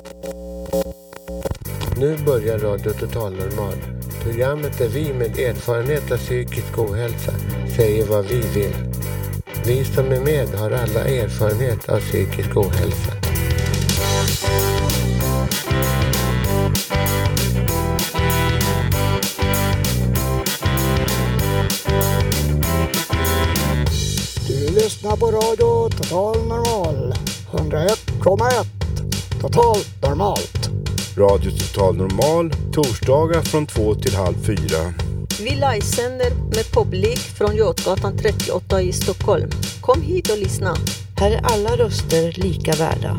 Nu börjar Radio Total Normal. Programmet där vi med erfarenhet av psykisk ohälsa säger vad vi vill. Vi som är med har alla erfarenhet av psykisk ohälsa. Du lyssnar på Radio Total Normal. 101,1. Total normalt. Radio Total Normal, torsdagar från 2 till halv 4. Vi livesänder med publik från Götgatan 38 i Stockholm. Kom hit och lyssna. Här är alla röster lika värda.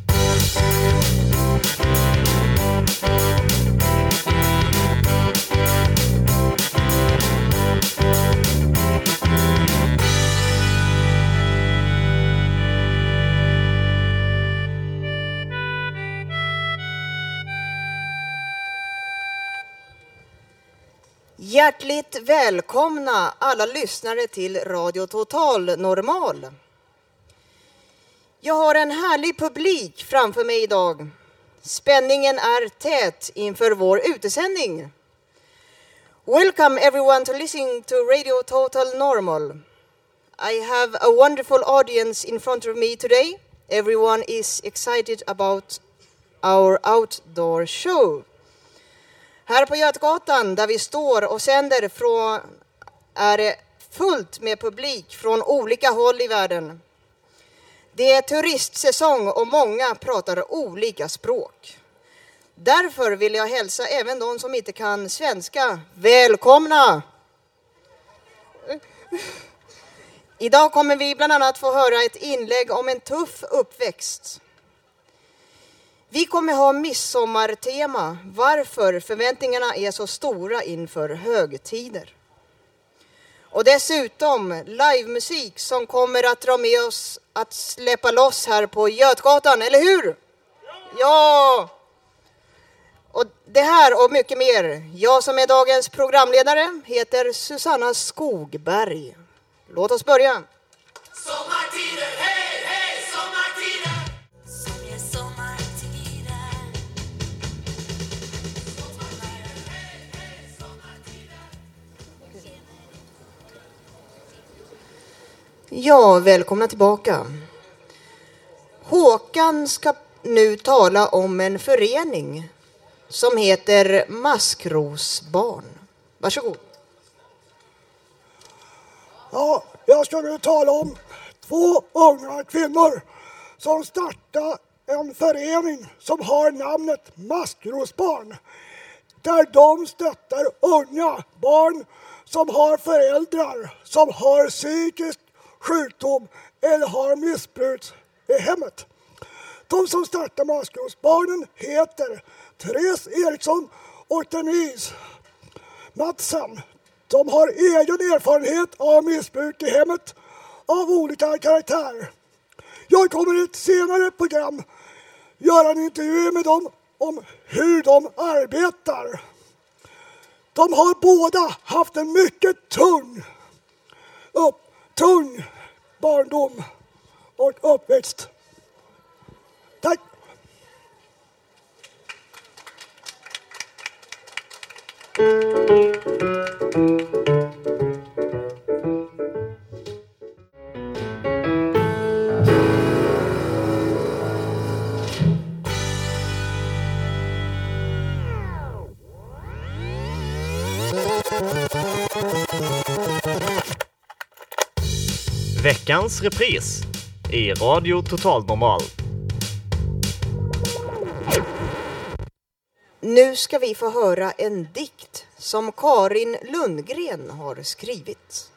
Hjärtligt välkomna alla lyssnare till Radio Total Normal. Jag har en härlig publik framför mig idag. Spänningen är tät inför vår utesändning. Welcome everyone to listening to Radio Total Normal. I have a wonderful audience in front of me today. Everyone is excited about our outdoor show. Här på Götgatan där vi står och sänder från är det fullt med publik från olika håll i världen. Det är turistsäsong och många pratar olika språk. Därför vill jag hälsa även de som inte kan svenska välkomna. Idag kommer vi bland annat få höra ett inlägg om en tuff uppväxt. Vi kommer ha midsommartema, varför förväntningarna är så stora inför högtider. Och dessutom livemusik som kommer att dra med oss att släppa loss här på Götgatan, eller hur? Ja! Och det här och mycket mer. Jag som är dagens programledare heter Susanna Skogberg. Låt oss börja. Sommartider, hej, hej, sommartider! Ja, välkomna tillbaka. Håkan ska nu tala om en förening som heter Maskrosbarn. Varsågod. Ja, jag ska nu tala om 2 unga kvinnor som startar en förening som har namnet Maskrosbarn. Där de stöttar unga barn som har föräldrar som har psykisk sjukdom eller har missbruk i hemmet. De som startar Maskrosbarnen heter Therese Eriksson och Denise Madsen. De har egen erfarenhet av missbruk i hemmet av olika karaktär. Jag kommer i ett senare program göra en intervju med dem om hur de arbetar. De har båda haft en mycket tung barndom och uppväxt. Tack! Veckans repris i Radio Total Normal. Nu ska vi få höra en dikt som Karin Lundgren har skrivit.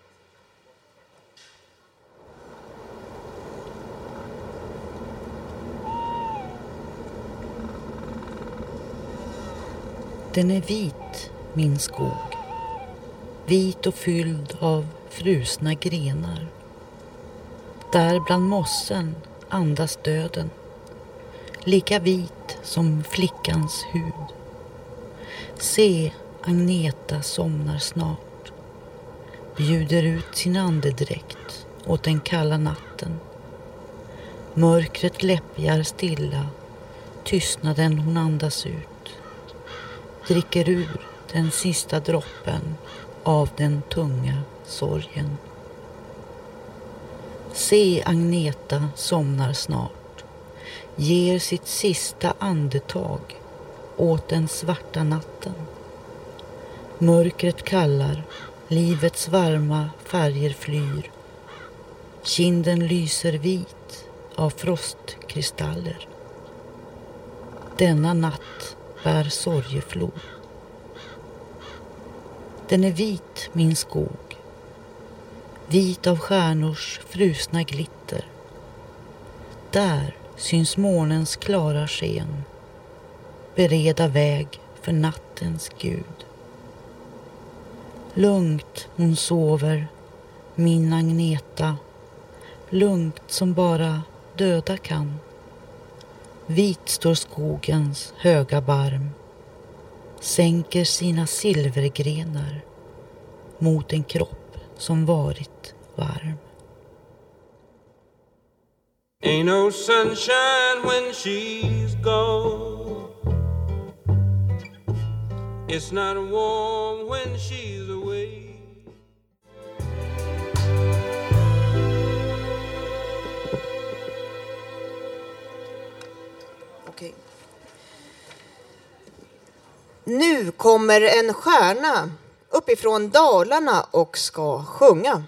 Den är vit, min skog. Vit och fylld av frusna grenar. Där bland mossen andas döden. Lika vit som flickans hud. Se, Agneta somnar snart. Bjuder ut sin andedräkt åt den kalla natten. Mörkret läppjar stilla tystnaden hon andas ut, dricker ur den sista droppen av den tunga sorgen. Se, Agneta somnar snart, ger sitt sista andetag åt den svarta natten. Mörkret kallar, livets varma färger flyr. Kinden lyser vit av frostkristaller. Denna natt bär sorgeflod. Den är vit, min skog, vit av stjärnors frusna glitter. Där syns månens klara sken, bereda väg för nattens Gud. Lugnt hon sover, min Agneta, lugnt som bara döda kan. Vit står skogens höga barm, sänker sina silvergrenar mot en kropp som varit varm. Ain't no sunshine when she's gone. It's not warm when she's away. Okej. Nu kommer en stjärna uppifrån Dalarna och ska sjunga.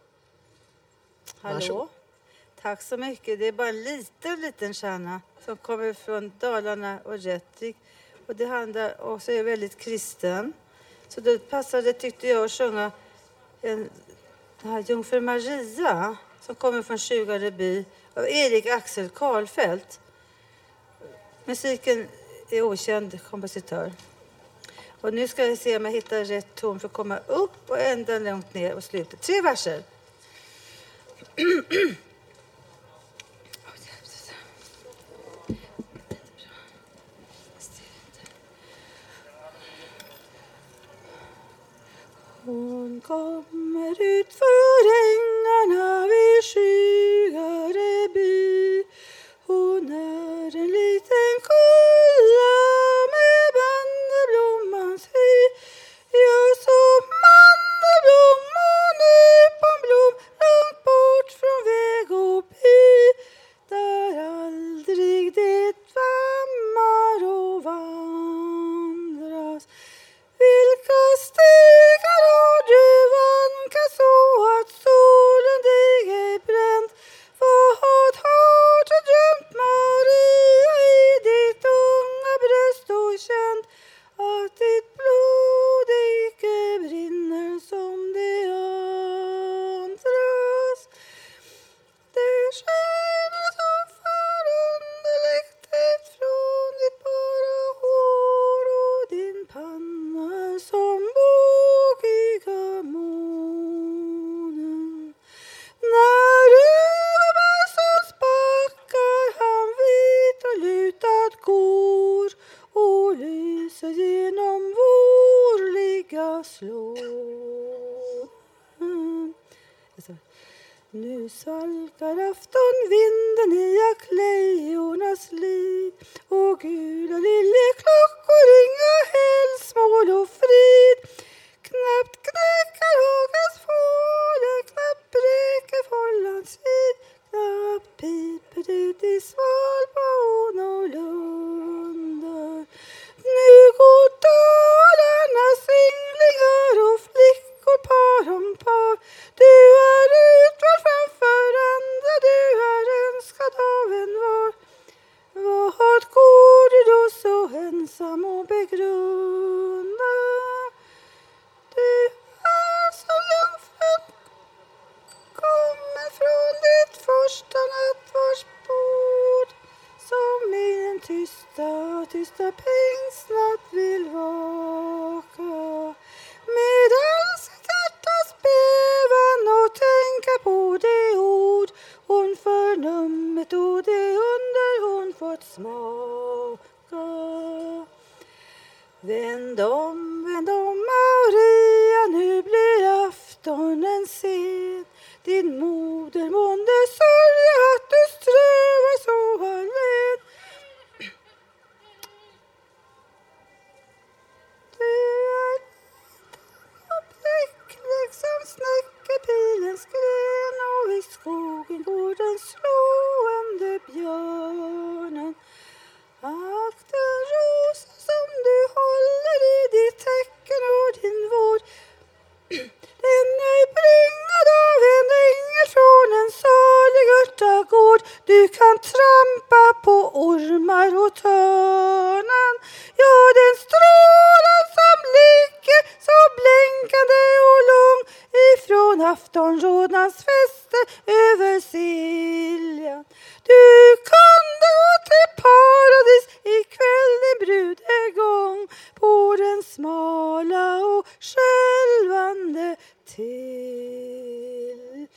Hallå, tack så mycket. Det är bara en liten stjärna som kommer från Dalarna och Rättvik. Och det handlar också är väldigt kristen. Så då passade, tyckte jag, att sjunga den här Jungfru Maria som kommer från Tjugareby av Erik Axel Karlfeldt. Musiken är okänd kompositör. Och nu ska jag se om jag hittar rätt ton för att komma upp och ända långt ner och slutet. 3 verser. Hon kommer ut för ängarna vid Tjugareby. Hon är en liten kulla med mandelsblommans hy. Ja, som mandelblom och nyponblom långt bort från väg och by. Där aldrig det vammar och vandras. Vilka stigar har du vankat så att solen dig är bränd? Vad har du drömt, Maria, i ditt unga bröst och känt att ditt blod icke brinner som det andras? Det skiner så förunderligt från ditt bara hår och din panna som bågiga månen. När över Bergsåns backar han vit och lutad går och lyser genom vårliga slån. Nu svalkar aftonvinden i aklejornas liv och gula liljeklockor ringa hälsmål och frid. Knappt knäcker hagens fåglar, knappt bräcker Follands vid, knappt piper ut i Svalbard och lundar. Nu går Dalarnas ynglingar och flickor par om par. Du är utvald framför andra, du är önskad av en var. Vad går du då så ensam och begrundar? Du är som jungfrun, kommer från ditt första nattvardsbord, som i en tysta pingsnatt vill vaka, med all sitt hjärtas bävan och tänka på det ord hon förnummet och det under hon fått smaka. Vänd om, Maria, nu blir aftonen sen. Din moder månde sörja att du strövar så allen. törnen. Ja, den strålen som ligger så blänkande och lång ifrån aftonrodnans fester över Siljan. Du kunde gå till paradis ikväll din brudegång på den smala och skälvande Siljan.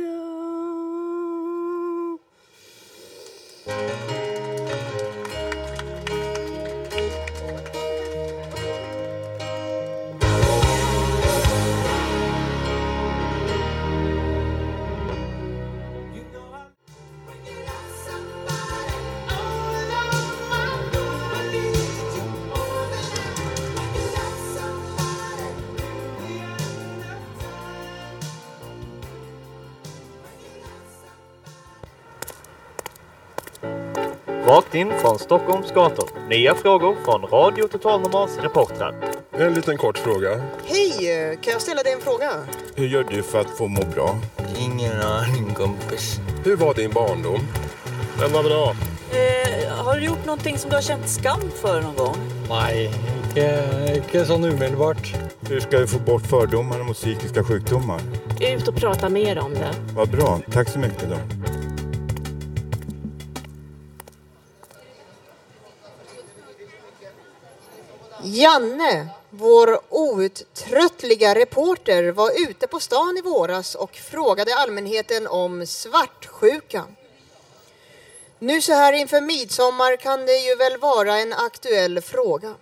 Rakt in från Stockholms gator. Nya frågor från Radio Total Normals reportrar. En liten kort fråga. Hej, kan jag ställa dig en fråga? Hur gör du för att få må bra? Ingen aning, kompis. Hur var din barndom? Den var bra. Har du gjort någonting som du har känt skam för någon gång? Nej, inte så omedelbart. Hur ska vi få bort fördomar mot psykiska sjukdomar? Ut och prata mer om det. Vad bra, tack så mycket då. Janne, vår outtröttliga reporter, var ute på stan i våras och frågade allmänheten om svartsjukan. Nu så här inför midsommar kan det ju väl vara en aktuell fråga.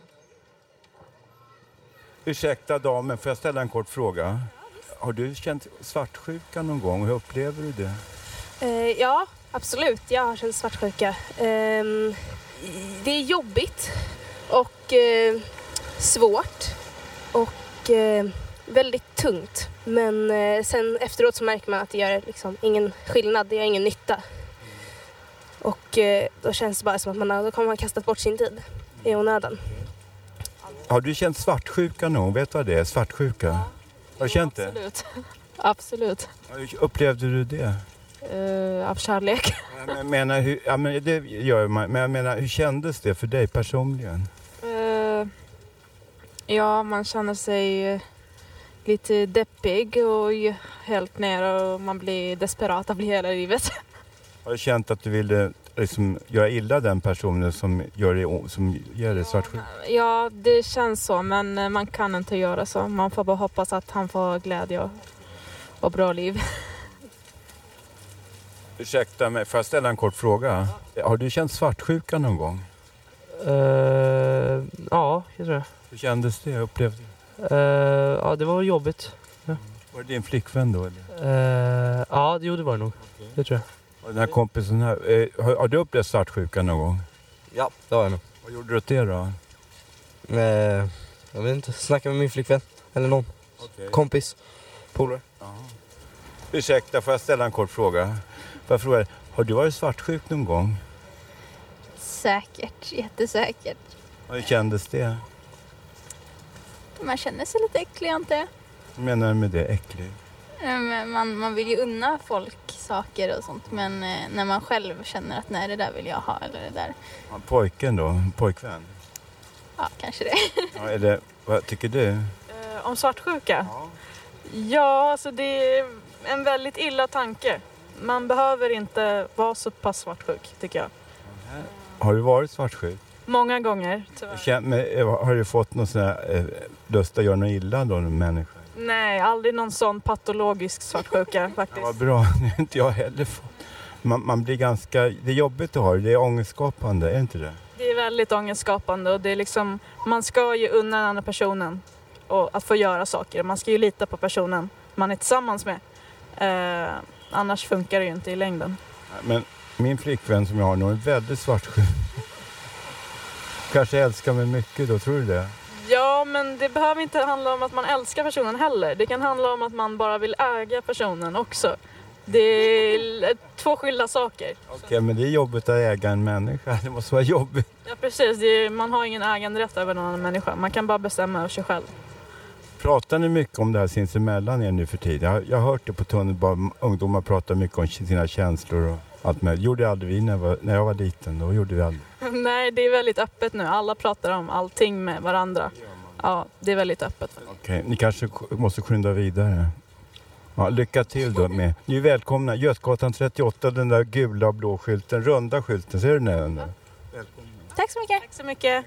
Ursäkta damen, får jag ställa en kort fråga? Har du känt svartsjuka någon gång? Hur upplever du det? Ja, absolut. Jag har känt svartsjuka. Det är jobbigt och svårt och väldigt tungt. Men sen efteråt så märker man att det gör liksom ingen skillnad, det gör ingen nytta. Och då känns det bara som att då kommer man kastat bort sin tid i onödan. Har du känt svartsjuka någon? Vet du vad det är? Svartsjuka? Ja. Har du känt det? Absolut. Absolut. Hur upplevde du det? Av kärlek. Jag menar, det gör man. Men jag menar, hur kändes det för dig personligen? Ja, man känner sig lite deppig och helt ner och man blir desperat av hela livet. Har du känt att du ville liksom göra illa den personen som ger dig svartsjuka? Ja, det känns så, men man kan inte göra så. Man får bara hoppas att han får glädje och bra liv. Ursäkta mig, får jag ställa en kort fråga? Har du känt svartsjuka någon gång? Ja, jag tror det. Hur kändes det? Upplevde du? Ja, det var jobbigt. Ja. Var det din flickvän då? Eller? Ja, det var det nog. Det tror jag. Och den här kompisen här, har du upplevt svartsjuka någon gång? Ja, det har jag nog. Vad gjorde du åt det då? Jag vet inte, snacka med min flickvän. Eller någon. Okay. Kompis. Polare. Ursäkta, får jag ställa en kort fråga? Får jag fråga, har du varit svartsjuk någon gång? Säkert, jättesäkert. Hur kändes det? Man känner sig lite äcklig, inte? Vad menar du med det, äcklig? Man vill ju unna folk saker och sånt, men när man själv känner att nej, det där vill jag ha eller det där. Ja, pojken då? Pojkvän? Ja, kanske det. Ja, eller vad tycker du? Om svartsjuka? Ja, alltså det är en väldigt illa tanke. Man behöver inte vara så pass svartsjuk, tycker jag. Har du varit svartsjuk? Många gånger, tyvärr. Har du fått någon sån här lust att göra något illa då, en människa? Nej, aldrig någon sån patologisk svartsjuka faktiskt. Ja, vad bra, det är inte jag heller fått. Man blir ganska, det är jobbigt att ha det, är ångestskapande, är det inte det? Det är väldigt ångestskapande och det är liksom, man ska ju unna den andra personen och att få göra saker. Man ska ju lita på personen man är tillsammans med. Annars funkar det ju inte i längden. Men min flickvän som jag har nu är väldigt svartsjuk. Kanske älskar mig mycket då, tror du det? Ja, men det behöver inte handla om att man älskar personen heller. Det kan handla om att man bara vill äga personen också. Det är två skilda saker. Okej, men det är jobbigt att äga en människa. Det måste vara jobbigt. Ja, precis. Man har ingen äganderätt över någon annan människa. Man kan bara bestämma över sig själv. Pratar ni mycket om det här sinsemellan er nu för tiden? Jag har hört det på tunnelbanan. Ungdomar pratar mycket om sina känslor. allt med. Det gjorde aldrig vi när jag var liten. Då gjorde vi aldrig. Nej, det är väldigt öppet nu. Alla pratar om allting med varandra. Ja, det är väldigt öppet. Okej, ni kanske måste skynda vidare. Ja, lycka till då med. Ni är välkomna. Götgatan 38, den där gula och blå skylten, runda skylten. Ser du den där? Tack så mycket. Tack så mycket.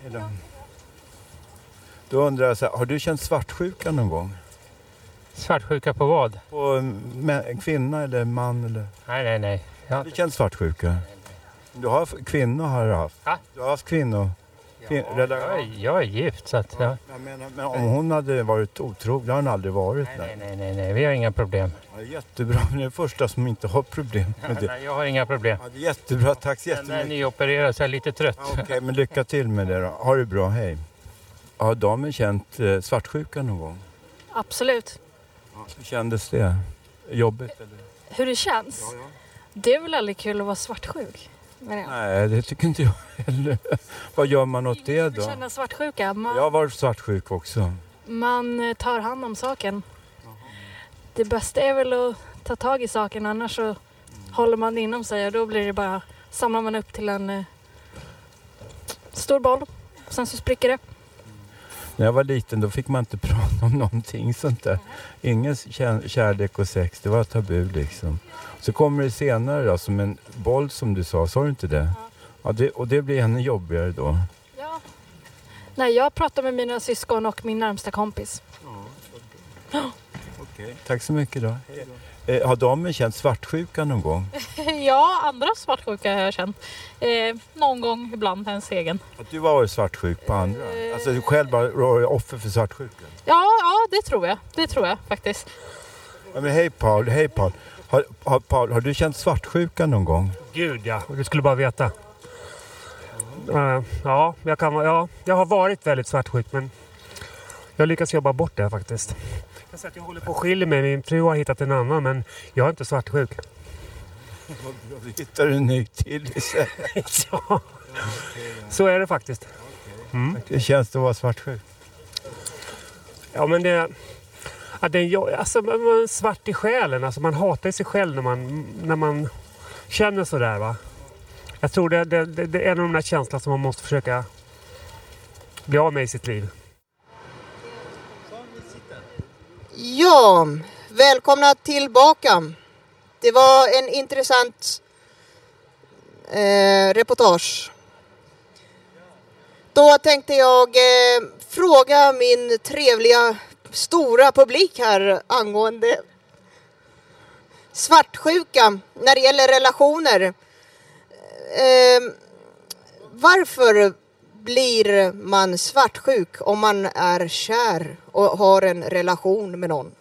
Då undrar jag så här, har du känt svartsjuka någon gång? Svartsjuka på vad? På en kvinna eller en man eller? Nej. Har du känt svartsjuka? Du har kvinnor har du haft. Ja. Du har haft kvinnor. Jag är gift så att ja. Men om hon hade varit otrogen, det har hon aldrig varit. Nej, vi har inga problem. Ja, jättebra, men det är det första som inte har problem med det. Nej, jag har inga problem. Ja, det är jättebra, tack så jättemycket. När ni opererar så är jag lite trött. Ja, Okej, men lycka till med det då. Ha det bra, hej. Har damen känt svartsjuka någon gång? Absolut. Ja, hur kändes det? Jobbigt eller? Hur det känns? Ja. Det är väl aldrig kul att vara svartsjuk? Nej, det tycker inte jag heller. Vad gör man åt det då? Känna svartsjuka? Jag har varit svartsjuk också. Man tar hand om saken. Det bästa är väl att ta tag i saken, annars så håller man inom sig och då blir det bara, samlar man upp till en stor boll. Sen så spricker det. När jag var liten då fick man inte prata om någonting sånt där. Ingen kärlek och sex, det var tabu liksom. Så kommer det senare då, som en boll som du sa du inte det? Ja, och det blir ännu jobbigare då. Ja. Nej, jag pratar med mina syskon och min närmsta kompis. Okej. Tack så mycket då. Har damen känt svartsjuka någon gång? Ja, andra svartsjuka har jag känt. Någon gång, ibland ens egen. Att du var svartsjuk på andra? Alltså du själv var offer för svartsjuka? Ja, det tror jag. Det tror jag faktiskt. Ja, men hej Paul. Paul, har du känt svartsjuka någon gång? Gud ja, du skulle bara veta. Ja, jag har varit väldigt svartsjuk, men jag lyckas jobba bort det faktiskt. Jag säger att jag håller på att skilja mig. Min fru har hittat en annan, men jag är inte svartsjuk. Vad bra, vi hittar en ny till. Ja, så är det faktiskt. Mm. Det känns att vara svartsjuk. Ja, men alltså man är svart i själen. Alltså man hatar sig själv när man känner sådär, va. Jag tror det är en av de där känslorna som man måste försöka bli av med i sitt liv. Ja, välkomna tillbaka. Det var en intressant reportage. Då tänkte jag fråga min trevliga stora publik här angående svartsjuka när det gäller relationer. Varför blir man svartsjuk om man är kär och har en relation med någon?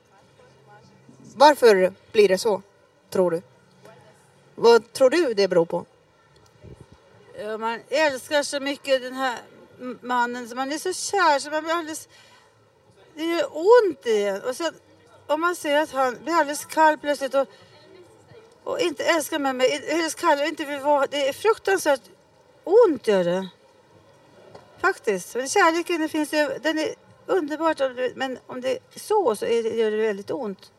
Varför blir det så, tror du? Vad tror du det beror på? Ja, man älskar så mycket den här mannen, så man är så kär så man blir alldeles... Det gör ont i en. Och sen om man ser att han blir alldeles kall plötsligt och inte älskar mig, alldeles kall och inte vill vara... Det är fruktansvärt ont gör det. Faktiskt. Men kärleken den är underbart, men om det är så gör det väldigt ont.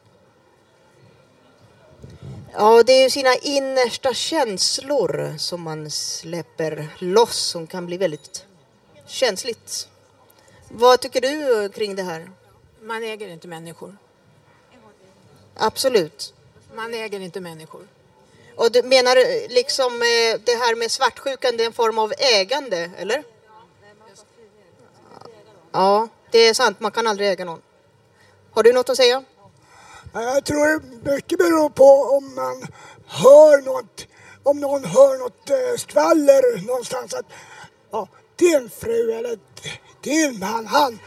Ja, det är ju sina innersta känslor som man släpper loss som kan bli väldigt känsligt. Vad tycker du kring det här? Man äger inte människor. Absolut. Man äger inte människor. Och du menar liksom det här med svartsjukan, det är en form av ägande, eller? Ja, det är sant. Man kan aldrig äga någon. Har du något att säga? Jag tror mycket beror på om man hör något, om någon hör något skvaller någonstans att ja, din fru eller din man,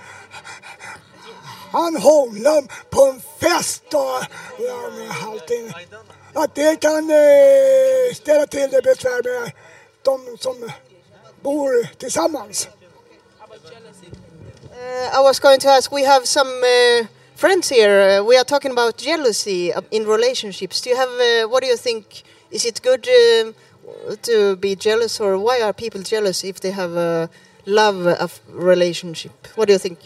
han hånglar på en fest och ja, med allting. Att det kan ställa till det besvär med de som bor tillsammans. I was going to ask, we have some friends here. We are talking about jealousy in relationships. Do you have, what do you think? Is it good to be jealous, or why are people jealous if they have a love relationship? What do you think?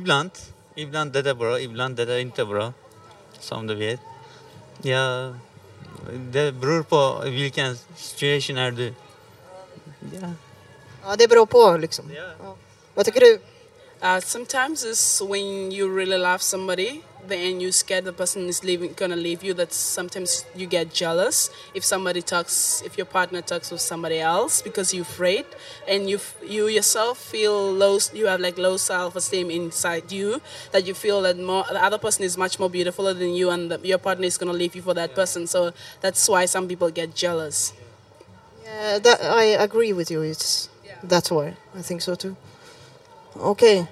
Ibland det är bra, ibland det är inte bra. Som du vet. Det beror på vilken situation är du. Ja. Ja, det beror på liksom. Ja. Vad tycker du? Sometimes it's when you really love somebody, then you scared the person is gonna leave you. That sometimes you get jealous if your partner talks with somebody else because you're afraid, and you yourself feel low. You have like low self-esteem inside you, that you feel that the other person is much more beautiful than you, and your partner is gonna leave you for that person. So that's why some people get jealous. Yeah, I agree with you. That's why I think so too. Okej.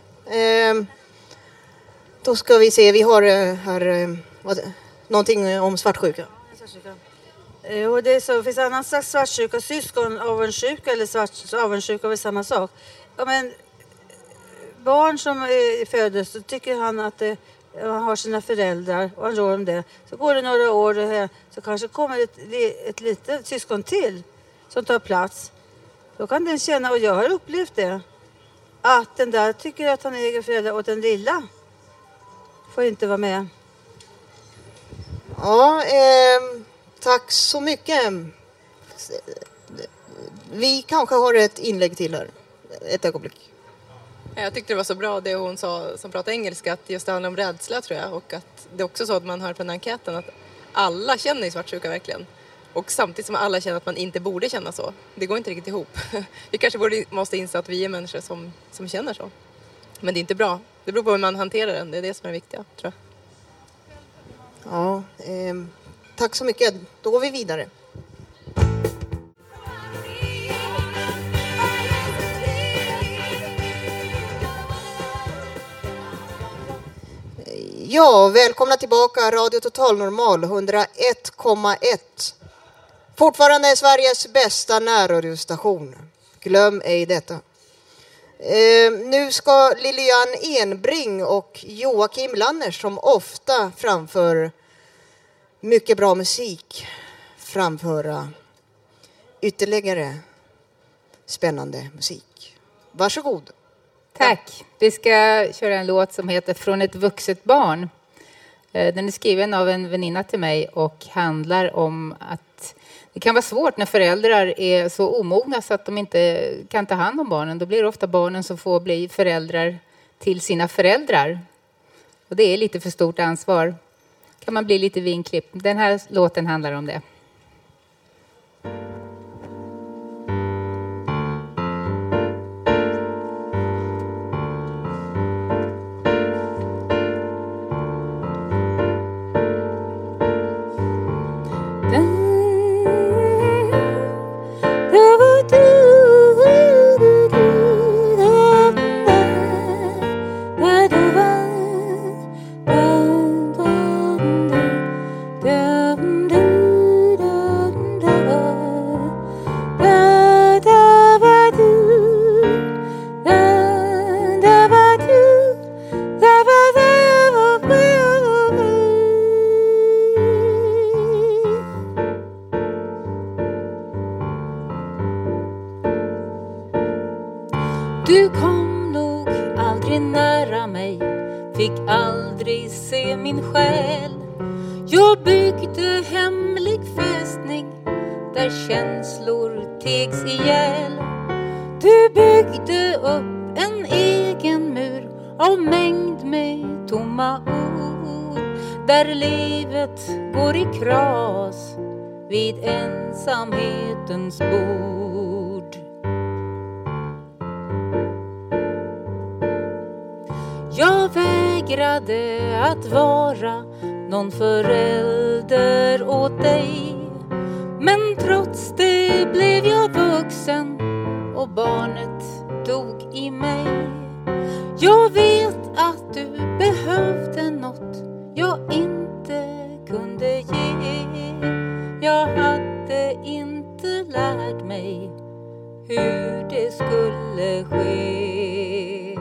Då ska vi se. Vi har här någonting om svartsjuka. Och det är så, finns annan slags svartsjuka, syskon, avundsjuka eller avundsjuka är samma sak. Ja, men barn som föds, så tycker han att han har sina föräldrar och han rår om det. Så går det några år så kanske kommer ett litet syskon till som tar plats. Då kan den känna, och jag har upplevt det, att den där tycker att han är egen förälder och den lilla får inte vara med. Ja, tack så mycket. Vi kanske har ett inlägg till här. Ett ögonblick. Jag tyckte det var så bra det hon sa som pratar engelska, att just det handlar om rädsla tror jag. Och att det är också så att man hör på den enkäten att alla känner i svartsjuka verkligen. Och samtidigt som alla känner att man inte borde känna så. Det går inte riktigt ihop. Vi kanske måste inse att vi är människor som känner så. Men det är inte bra. Det beror på hur man hanterar den. Det är det som är viktiga, tror jag. Ja, tack så mycket. Då går vi vidare. Ja, välkomna tillbaka Radio Total Normal 101,1. Fortfarande Sveriges bästa närradiostation. Glöm ej detta. Nu ska Lilian Enbring och Joakim Lanners, som ofta framför mycket bra musik, framföra ytterligare spännande musik. Varsågod. Tack. Vi ska köra en låt som heter Från ett vuxet barn. Den är skriven av en väninna till mig och handlar om att det kan vara svårt när föräldrar är så omogna så att de inte kan ta hand om barnen. Då blir det ofta barnen som får bli föräldrar till sina föräldrar. Och det är lite för stort ansvar. Kan man bli lite vinklippt. Den här låten handlar om det. Du kom nog aldrig nära mig, fick aldrig se min själ. Jag byggde hemlig fästning där känslor tegs ihjäl. Du byggde upp en egen mur av mängd med tomma ord, där livet går i kras vid ensamhetens bord. Jag vägrade att vara någon förälder åt dig, men trots det blev jag vuxen och barnet dog i mig. Jag vet att du behövde något jag inte kunde ge. Jag hade inte lärt mig hur det skulle ske.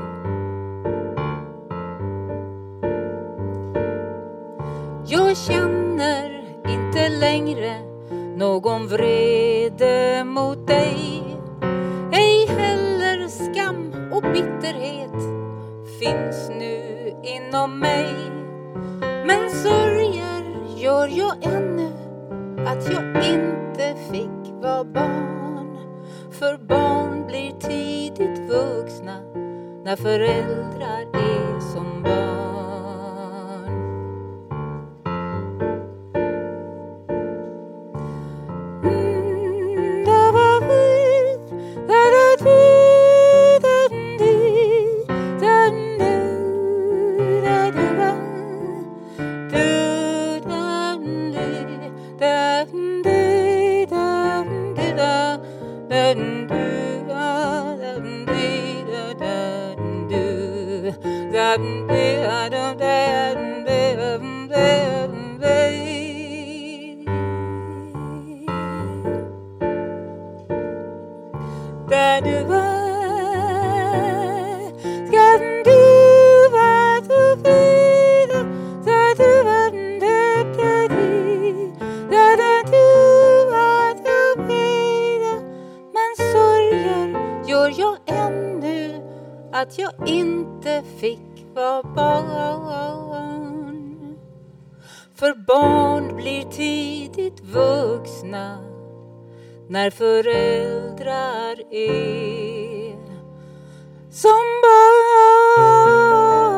Jag känner inte längre någon vrede mot dig. Ej heller skam och bitterhet finns nu inom mig. Men sorger gör jag ännu att jag inte fick vara barn. För barn blir tidigt vuxna när föräldrar är som barn. Där du var, ska du vara så vida, där du var döpt dig, där du var så vida. Men sorger gör jag ännu att jag inte fick vara barn. För barn blir tidigt vuxna när föräldrar är som barn.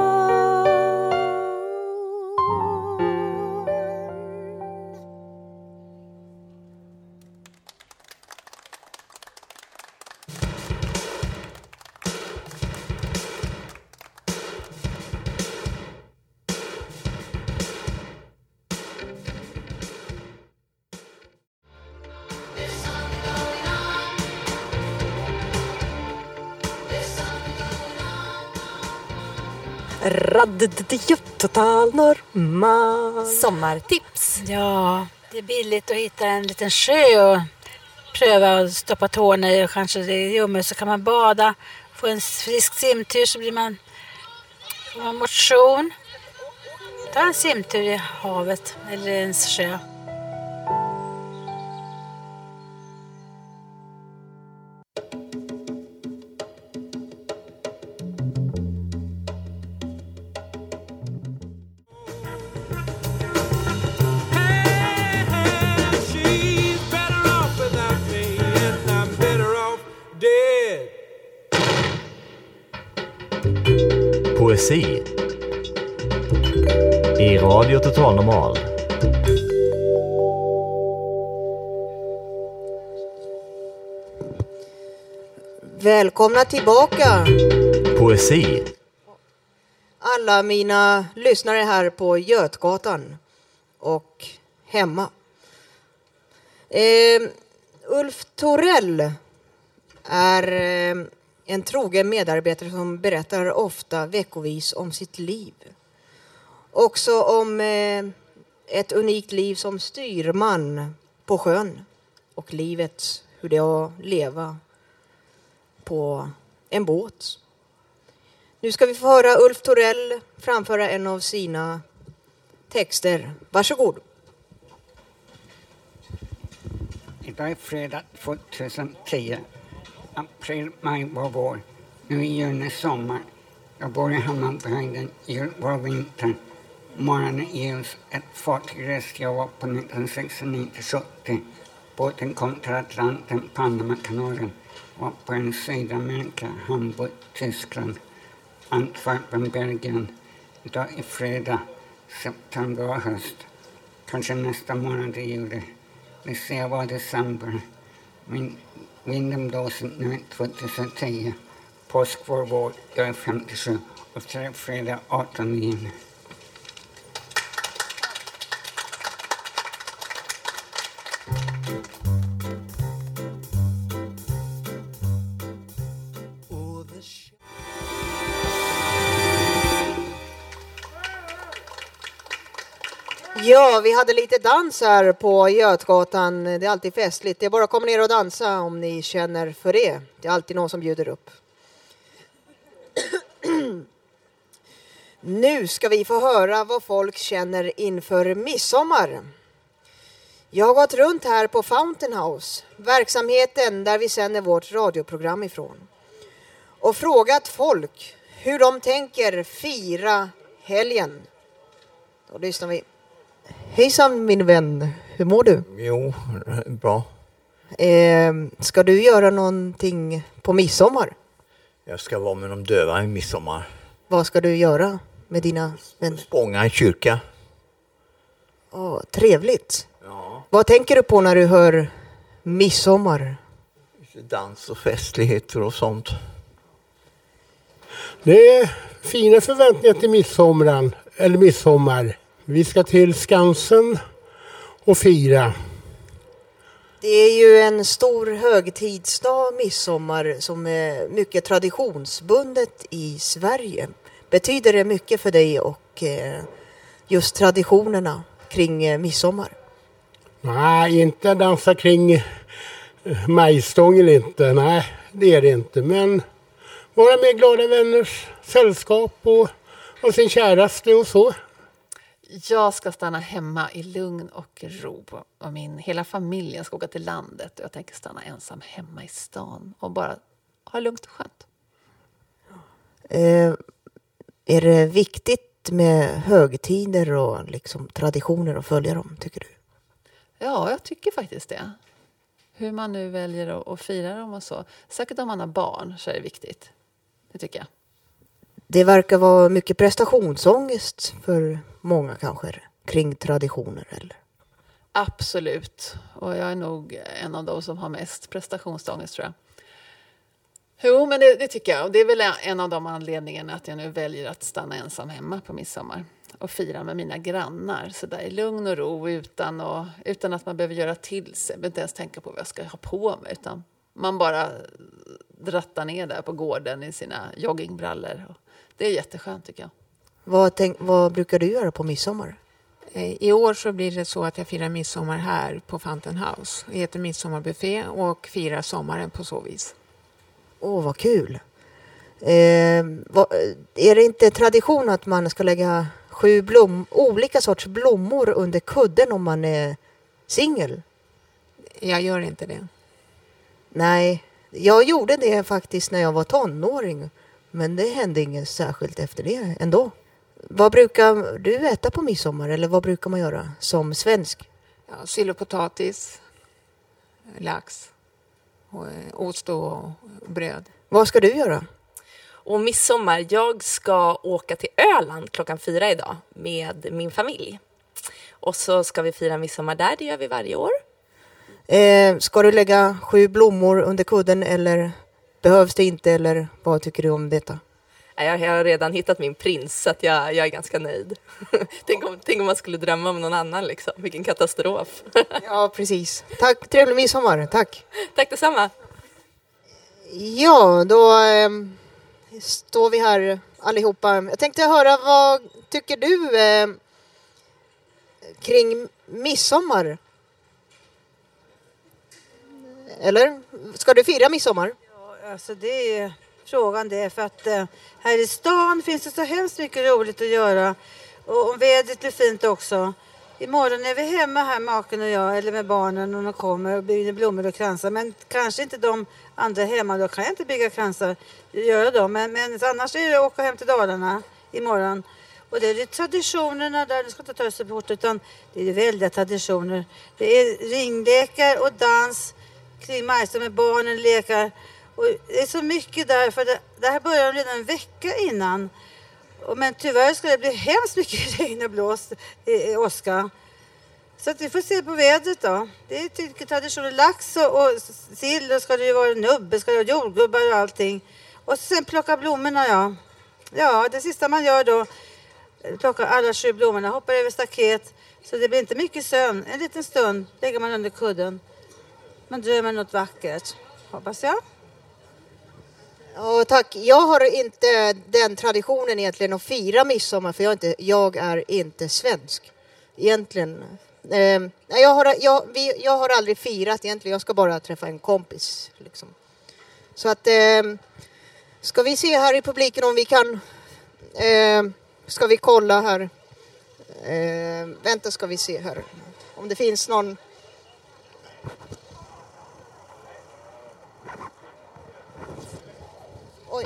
Total normal. Sommartips. Ja, det är billigt att hitta en liten sjö och pröva att stoppa tårna i och kanske det är ljummet så kan man bada, få en frisk simtur så får man motion. Ta en simtur i havet eller en sjö. Poesi i Radio Total Normal. Välkomna tillbaka. Poesi. Alla mina lyssnare här på Götgatan och hemma. Ulf Torell är en trogen medarbetare som berättar ofta veckovis om sitt liv. Också om ett unikt liv som styrman på sjön och livet, hur det är att leva på en båt. Nu ska vi få höra Ulf Torell framföra en av sina texter. Varsågod. Idag är fredag 2010. April, maj var vår. Nu är juni sommar. Jag bor i Hammarbyhöjden, jul var vinter. Morgonen ger oss ett fartygrest jag var på 1969-70. Båten kom till Atlanten, Panamakanalen. Var på en Sydamerika, Hamburg, Tyskland. Antwerpen, Belgien. Idag är fredag, september och höst. Kanske nästa månad är juli. Vi ser vad december. Vinden blåser nu 2010. Påsk vår vår, jag är 57 och tre fredag 18 juni. Ja, vi hade lite dans här på Götgatan. Det är alltid festligt. Det är bara att komma ner och dansa om ni känner för det. Det är alltid någon som bjuder upp. Nu ska vi få höra vad folk känner inför midsommar. Jag har gått runt här på Fountain House, verksamheten där vi sänder vårt radioprogram ifrån. Och frågat folk hur de tänker fira helgen. Då lyssnar vi. Hejsan min vän, hur mår du? Jo, bra. Ska du göra någonting på midsommar? Jag ska vara med de döva i midsommar. Vad ska du göra med dina vänner? Spånga i kyrka. Trevligt. Vad tänker du på när du hör midsommar? Dans och festligheter och sånt. Det är fina förväntningar till midsommar. Vi ska till Skansen och fira. Det är ju en stor högtidsdag, midsommar, som är mycket traditionsbundet i Sverige. Betyder det mycket för dig och just traditionerna kring midsommar? Nej, inte dansa kring majstången inte. Nej, det är det inte. Men vara med glada vänners sällskap och sin käraste och så. Jag ska stanna hemma i lugn och ro. Och hela familjen ska åka till landet. Och jag tänker stanna ensam hemma i stan. Och bara ha lugnt och skönt. Är det viktigt med högtider och liksom traditioner och följa dem, tycker du? Ja, jag tycker faktiskt det. Hur man nu väljer att fira dem och så. Säkert om man har barn så är det viktigt. Det tycker jag. Det verkar vara mycket prestationsångest för många kanske kring traditioner, eller? Absolut. Och jag är nog en av de som har mest prestationsångest, tror jag. Jo, men det tycker jag. Och det är väl en av de anledningarna att jag nu väljer att stanna ensam hemma på midsommar. Och fira med mina grannar. Så där i lugn och ro utan att man behöver göra till sig. Jag behöver inte ens tänka på vad jag ska ha på mig. Utan man bara drattar ner där på gården i sina joggingbrallor. Och det är jätteskönt, tycker jag. Vad brukar du göra på midsommar? I år så blir det så att jag firar midsommar här på Fountain House. Det heter midsommarbuffé och firar sommaren på så vis. Vad kul. Är det inte tradition att man ska lägga 7 olika sorts blommor under kudden om man är singel? Jag gör inte det. Nej, jag gjorde det faktiskt när jag var tonåring. Men det hände inget särskilt efter det ändå. Vad brukar du äta på midsommar? Eller vad brukar man göra som svensk? Ja, sill och potatis, lax, och ost och bröd. Vad ska du göra? Och midsommar, jag ska åka till Öland klockan 4 idag med min familj. Och så ska vi fira midsommar där, det gör vi varje år. Ska du lägga 7 blommor under kudden eller behövs det inte? Eller vad tycker du om detta? Jag har redan hittat min prins så att jag är ganska nöjd. Tänk om man skulle drömma om någon annan liksom. Vilken katastrof. Ja, precis. Tack, trevlig midsommar. Tack. Tack detsamma. Ja, då står vi här allihopa. Jag tänkte höra, vad tycker du kring midsommar? Eller? Ska du fira midsommar? Ja, alltså det är frågan det. För att här i stan finns det så hemskt mycket roligt att göra. Och om vädret blir fint också. Imorgon är vi hemma här, maken och jag, eller med barnen när de kommer och bygger blommor och kransar. Men kanske inte de andra hemma, då kan jag inte bygga kransar, göra dem. Men annars är det att åka hem till Dalarna imorgon. Och det är traditionerna där, det ska inte ta sig bort, utan det är väldiga traditioner. Det är ringlekar och dans kring majsen med barnen lekar. Och det är så mycket där, för det här börjar redan en vecka innan. Men tyvärr ska det bli hemskt mycket regn och blåst i åska. Så att vi får se på vädret då. Det är tycker traditioner, lax och sill, och ska det ju vara nubbe, ska det vara jordgubbar och allting. Och sen plocka blommorna, ja. Ja, det sista man gör då, plocka alla 7 blommorna, hoppar över staket. Så det blir inte mycket sömn. En liten stund lägger man under kudden. Man drömmer något vackert, hoppas jag. Ja, tack. Jag har inte den traditionen egentligen att fira midsommar, för jag är inte svensk egentligen. Jag har aldrig firat egentligen. Jag ska bara träffa en kompis liksom. Så att ska vi se här i publiken om vi kan ska vi kolla här. Vänta, ska vi se här om det finns någon. Oj.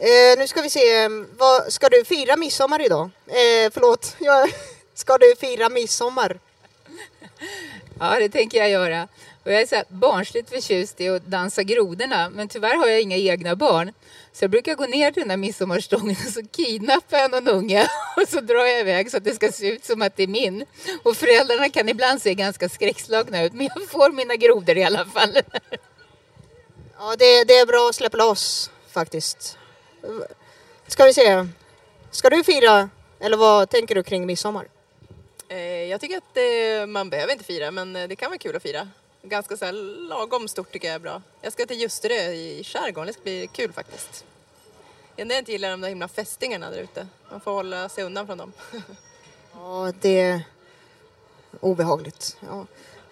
Nu ska vi se. Ska du fira midsommar idag? Förlåt. Ska du fira midsommar? Ja, det tänker jag göra. Och jag är så här barnsligt förtjust i att dansa grodorna. Men tyvärr har jag inga egna barn. Så jag brukar gå ner till den där midsommarstången och så kidnappar jag någon unge. Och så drar jag iväg så att det ska se ut som att det är min. Och föräldrarna kan ibland se ganska skräckslagna ut. Men jag får mina grodor i alla fall. Ja, det är bra att släppa loss faktiskt. Ska vi se. Ska du fira? Eller vad tänker du kring midsommar? Jag tycker att man behöver inte fira, men det kan vara kul att fira. Ganska så här lagom stort tycker jag är bra. Jag ska till Ljusterö i skärgården, det ska bli kul faktiskt. Jag inte gillar de där himla fästingarna där ute. Man får hålla sig undan från dem. Ja, det är obehagligt. Ja.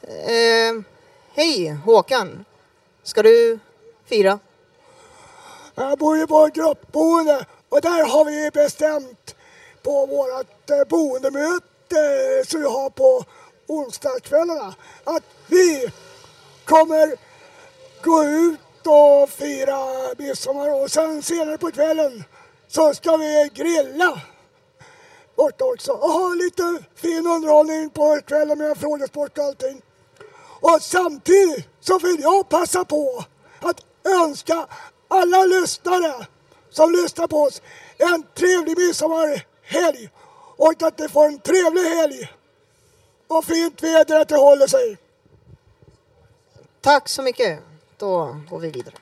Hej Håkan. Ska du fira? Jag bor ju på gruppboende och där har vi bestämt på vårt boendemöte som vi har på onsdagskvällarna att vi kommer gå ut och fira midsommar och sen senare på kvällen så ska vi grilla borta också och ha lite fin underhållning på kvällen med frågesport och allting. Och samtidigt så vill jag passa på att önska alla lyssnare som lyssnar på oss en trevlig midsommarhelg och att ni får en trevlig helg och fint väder att det håller sig. Tack så mycket. Då går vi vidare.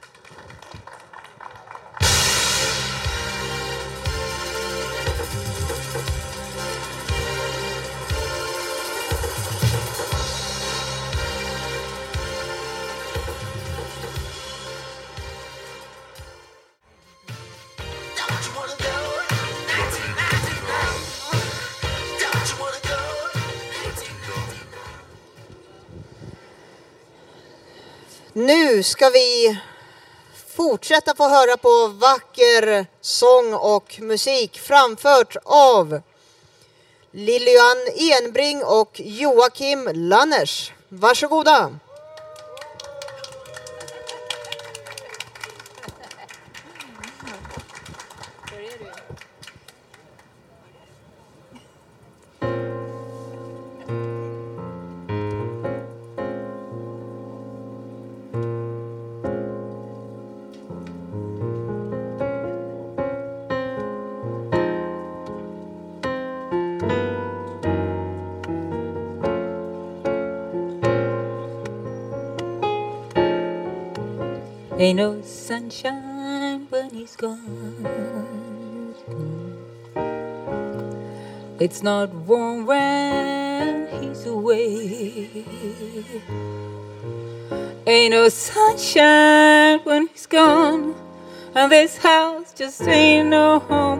Nu ska vi fortsätta få höra på vacker sång och musik framfört av Lilian Enbring och Joakim Lanners. Varsågoda! Ain't no sunshine when he's gone. It's not warm when he's away. Ain't no sunshine when he's gone. And this house just ain't no home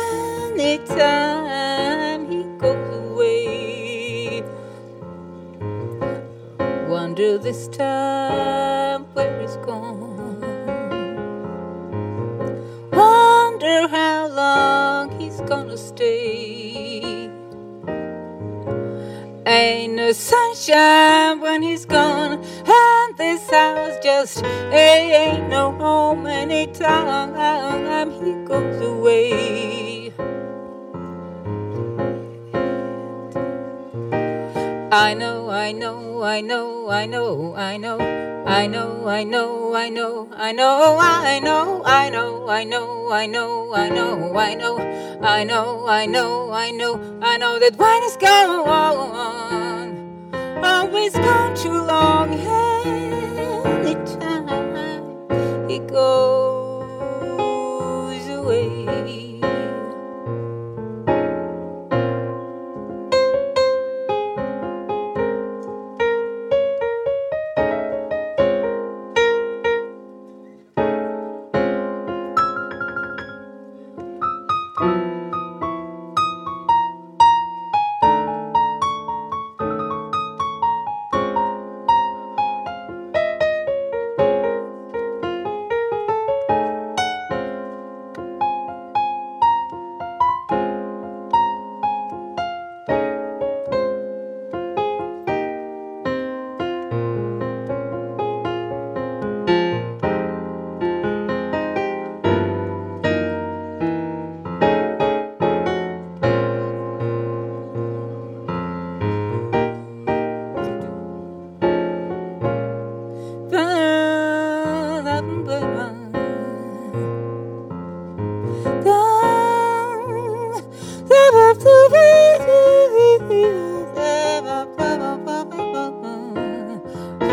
anytime he goes away. Wonder this time where he's gone. Wonder how long he's gonna stay. Ain't no sunshine when he's gone. And this house just ain't no home anytime he goes away. I know, I know, I know, I know, I know, I know, I know, I know, I know, I know, I know, I know, I know, I know, I know, I know, I know, I know, I know that when it's gone, always gone too long. Anytime he goes away.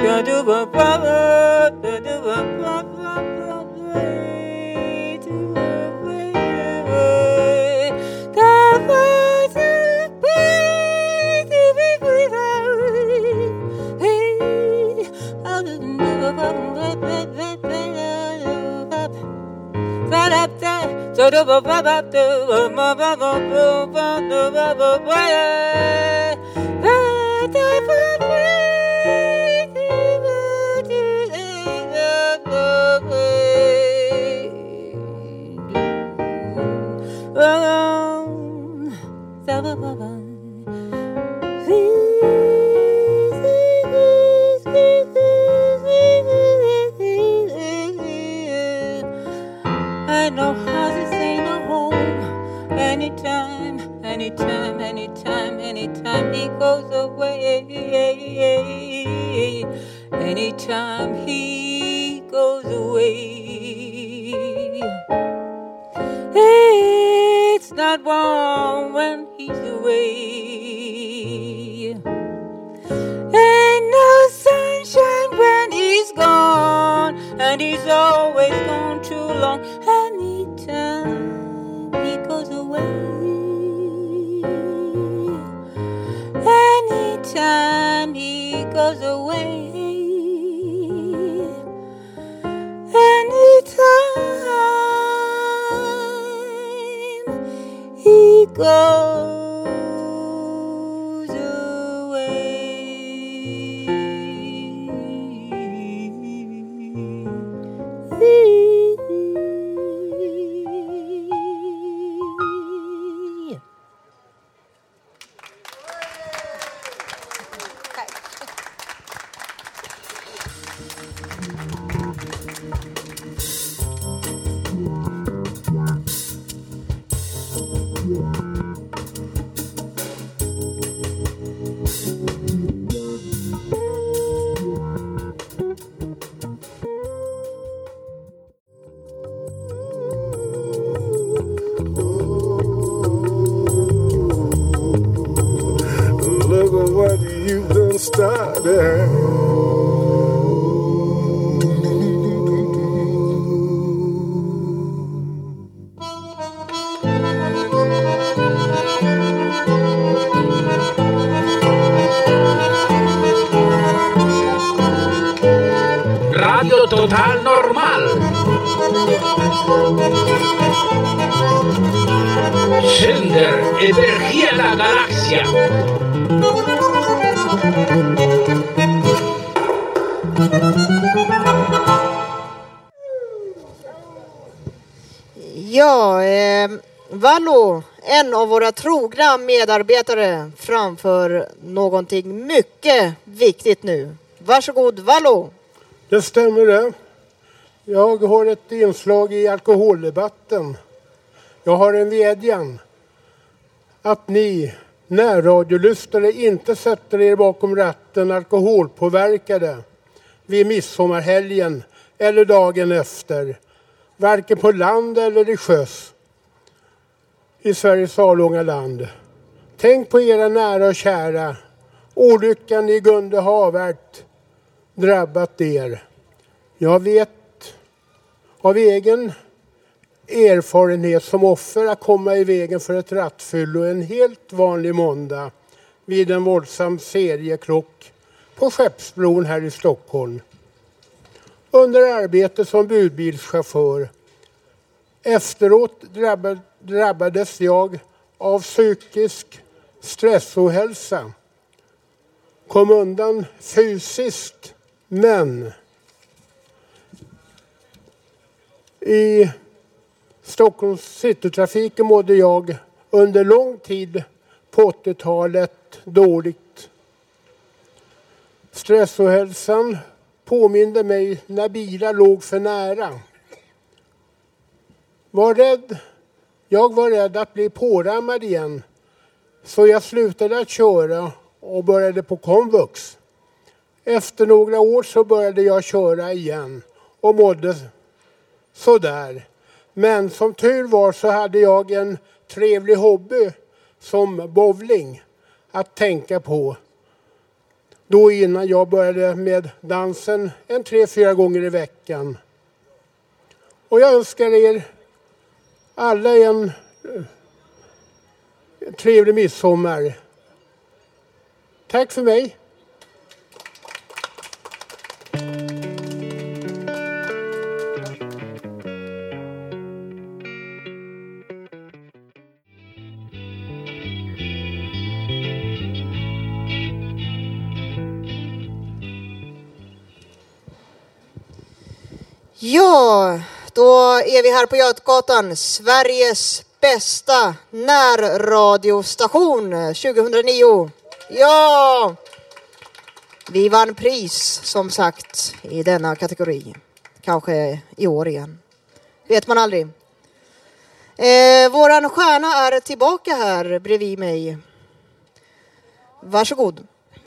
I know houses ain't no home. Anytime, anytime, anytime, anytime he goes away. Anytime he goes away. It's not warm when he's away. Ain't no sunshine when he's gone, and he's always gone too long. Anytime he goes away, anytime he goes away, anytime he goes. Look at what you've done started. Radio Total Normal. Sender energía a la galaxia. Ja, Vallo, en av våra trogna medarbetare, framför någonting mycket viktigt nu. Varsågod, Vallo. Det stämmer det. Jag har ett inslag i alkoholdebatten. Jag har en vädjan att ni närradiolyssnare inte sätter er bakom ratten alkoholpåverkade vid midsommarhelgen eller dagen efter. Varken på land eller i sjöss i Sveriges avlånga land. Tänk på era nära och kära. Olyckan i Gunde Havert drabbat er. Jag vet av egen erfarenhet som offer att komma i vägen för ett rattfyllo en helt vanlig måndag vid en våldsam seriekrock på Skeppsbron här i Stockholm. Under arbete som budbilschaufför. Efteråt drabbades jag av psykisk stressohälsa. Kom undan fysiskt, men i Stockholms citytrafiken mådde jag under lång tid på 80-talet dåligt. Stressohälsan påminde mig när bilar låg för nära. Jag var rädd att bli pårammad igen, så jag slutade att köra och började på komvux. Efter några år så började jag köra igen och mådde sådär. Men som tur var så hade jag en trevlig hobby som bowling att tänka på. då innan jag började med dansen 3-4 gånger i veckan. Och jag önskar er alla en trevlig midsommar. Tack för mig. Ja, då är vi här på Götgatan, Sveriges bästa närradiostation 2009. Ja! Vi vann pris, som sagt, i denna kategori. Kanske i år igen. Vet man aldrig. Våran stjärna är tillbaka här bredvid mig. Varsågod.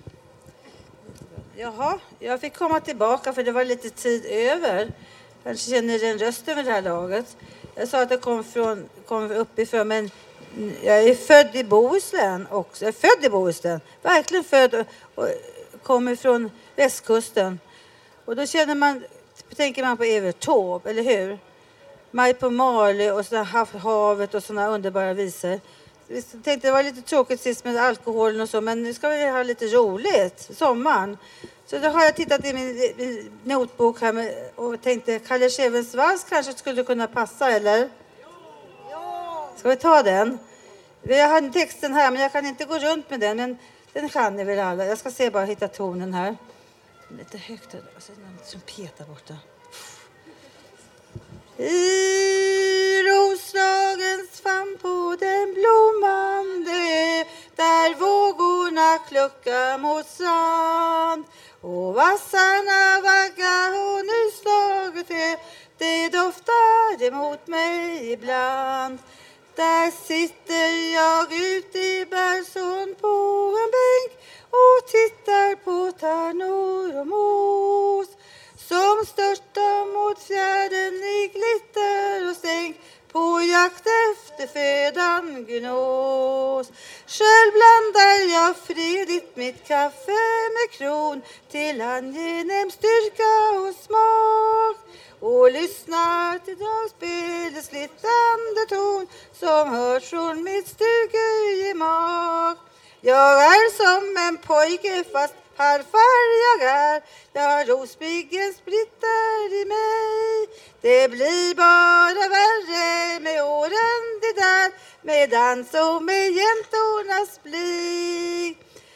Jaha, jag fick komma tillbaka för det var lite tid över. Kanske känner den rösten vid det här laget. Jag sa att jag kom uppifrån, men jag är född i Bohuslän också. Jag är född i Bohuslän, verkligen född och kommer från västkusten. Och då tänker man på Evert Taube, eller hur? Maj på Marley och havet och sådana underbara visor. Jag tänkte det var lite tråkigt sist med alkoholen och så, men nu ska vi ha lite roligt, sommaren. Så då har jag tittat i min notbok här och tänkte Kalle Schewens vals kanske skulle kunna passa, eller? Ja! Ska vi ta den? Jag har texten här, men jag kan inte gå runt med den, men den kan ni väl alla. Jag ska se bara hitta tonen här. Lite högt, alltså någon som petar borta. I Roslagens famn på den blommande, där vågorna kluckar mot strand, och vassarna vaggar och nyslaget det doftar emot mig ibland. Där sitter jag ute i Bergsån på en bänk och tittar på tärnor och mos som störtar mot fjärden i glitter och stänk på jakt efter födan gnås. Själv blandar jag fredigt mitt kaffe med kron till angenäm styrka och smak och lyssnar till dragspelets glittande ton som hörs från mitt stugegemak. Jag är som en pojke fast harfar jag är. Jag har rosbyggen splitter i mig. Det blir bara värre med åren det där, med dans och med jäntornas blik.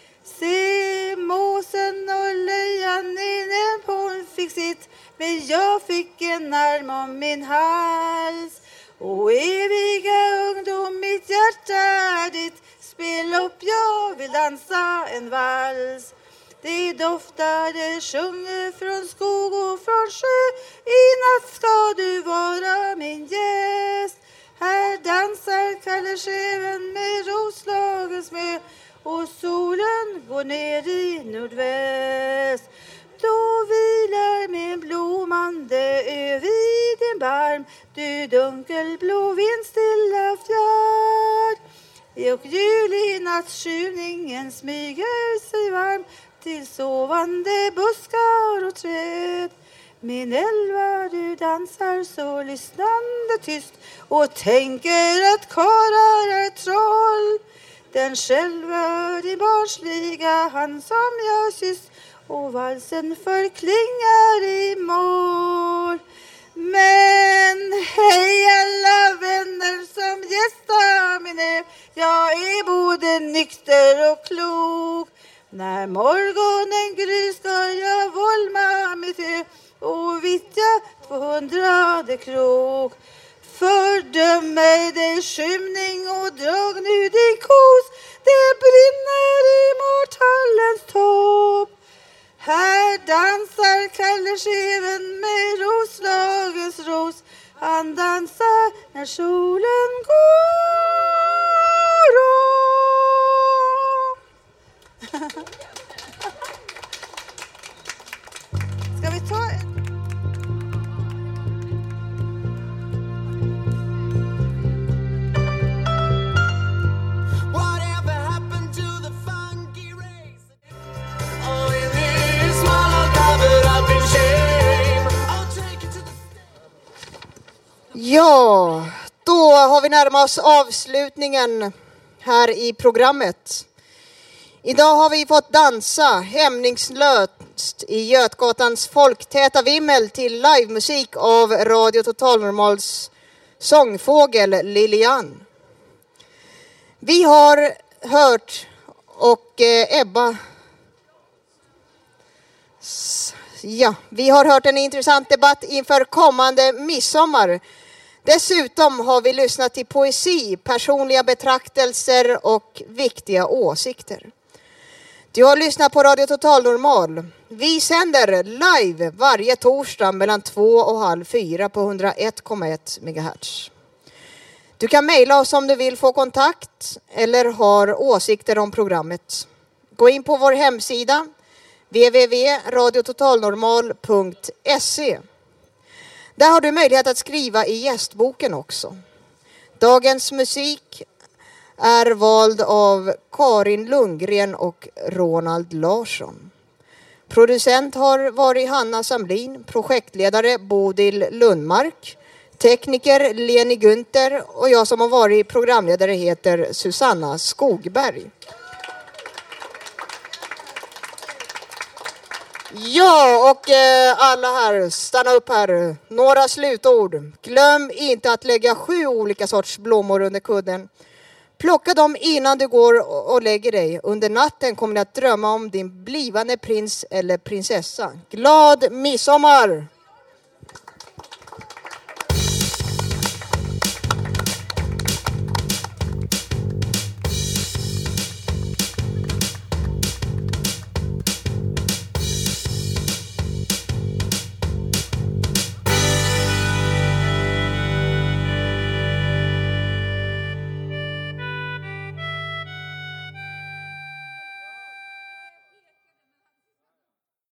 Se måsen och löjan inne på en fick sitt, men jag fick en arm om min hals. Och eviga ungdom, mitt hjärta är ditt, spel upp, jag vill dansa en vals. Det doftar, det sjunger från skog och från sjö. I natt ska du vara min gäst. Här dansar Kalle Scheven med Roslagens mö, och solen går ner i nordväst. Då vilar min blommande ö vid din barm, du dunkelblå vindstilla fjärd. Och julinattsskymningen smyger sig varm till sovande buskar och träd. Min älva, du dansar så lyssnande tyst och tänker att karar är troll. Den själva din barnsliga hand som jag kysst, och valsen förklingar i mål. Men hej alla vänner som gästar min ö, jag är både nykter och klok. När morgonen gryr ska jag volma mitt ö och vittja 200 krok. Fördöm mig dig skymning och drag nu din kos, det brinner i mortallens topp. Här dansar Kalle Scheven med Roslagens ros. Han dansar när solen går upp. Ska vi ta en? Whatever happened to the funky race? Oh, yeah. Ja, då har vi närmat oss avslutningen här i programmet. Idag har vi fått dansa hämningslöst i Götgatans folktäta vimmel till livemusik av Radio Total Normals sångfågel Lilian. Vi har hört vi har hört en intressant debatt inför kommande midsommar. Dessutom har vi lyssnat till poesi, personliga betraktelser och viktiga åsikter. Du har lyssnat på Radio Total Normal. Vi sänder live varje torsdag mellan 2 och halv 4 på 101,1 MHz. Du kan mejla oss om du vill få kontakt eller har åsikter om programmet. Gå in på vår hemsida www.radiototalnormal.se. Där har du möjlighet att skriva i gästboken också. Dagens musik är vald av Karin Lundgren och Ronald Larsson. Producent har varit Hanna Samlin, projektledare Bodil Lundmark, tekniker Leni Gunther och jag som har varit programledare heter Susanna Skogberg. Ja, och alla här, stanna upp här. Några slutord. Glöm inte att lägga 7 olika sorts blommor under kudden. Plocka dem innan du går och lägger dig. Under natten kommer du att drömma om din blivande prins eller prinsessa. Glad midsommar!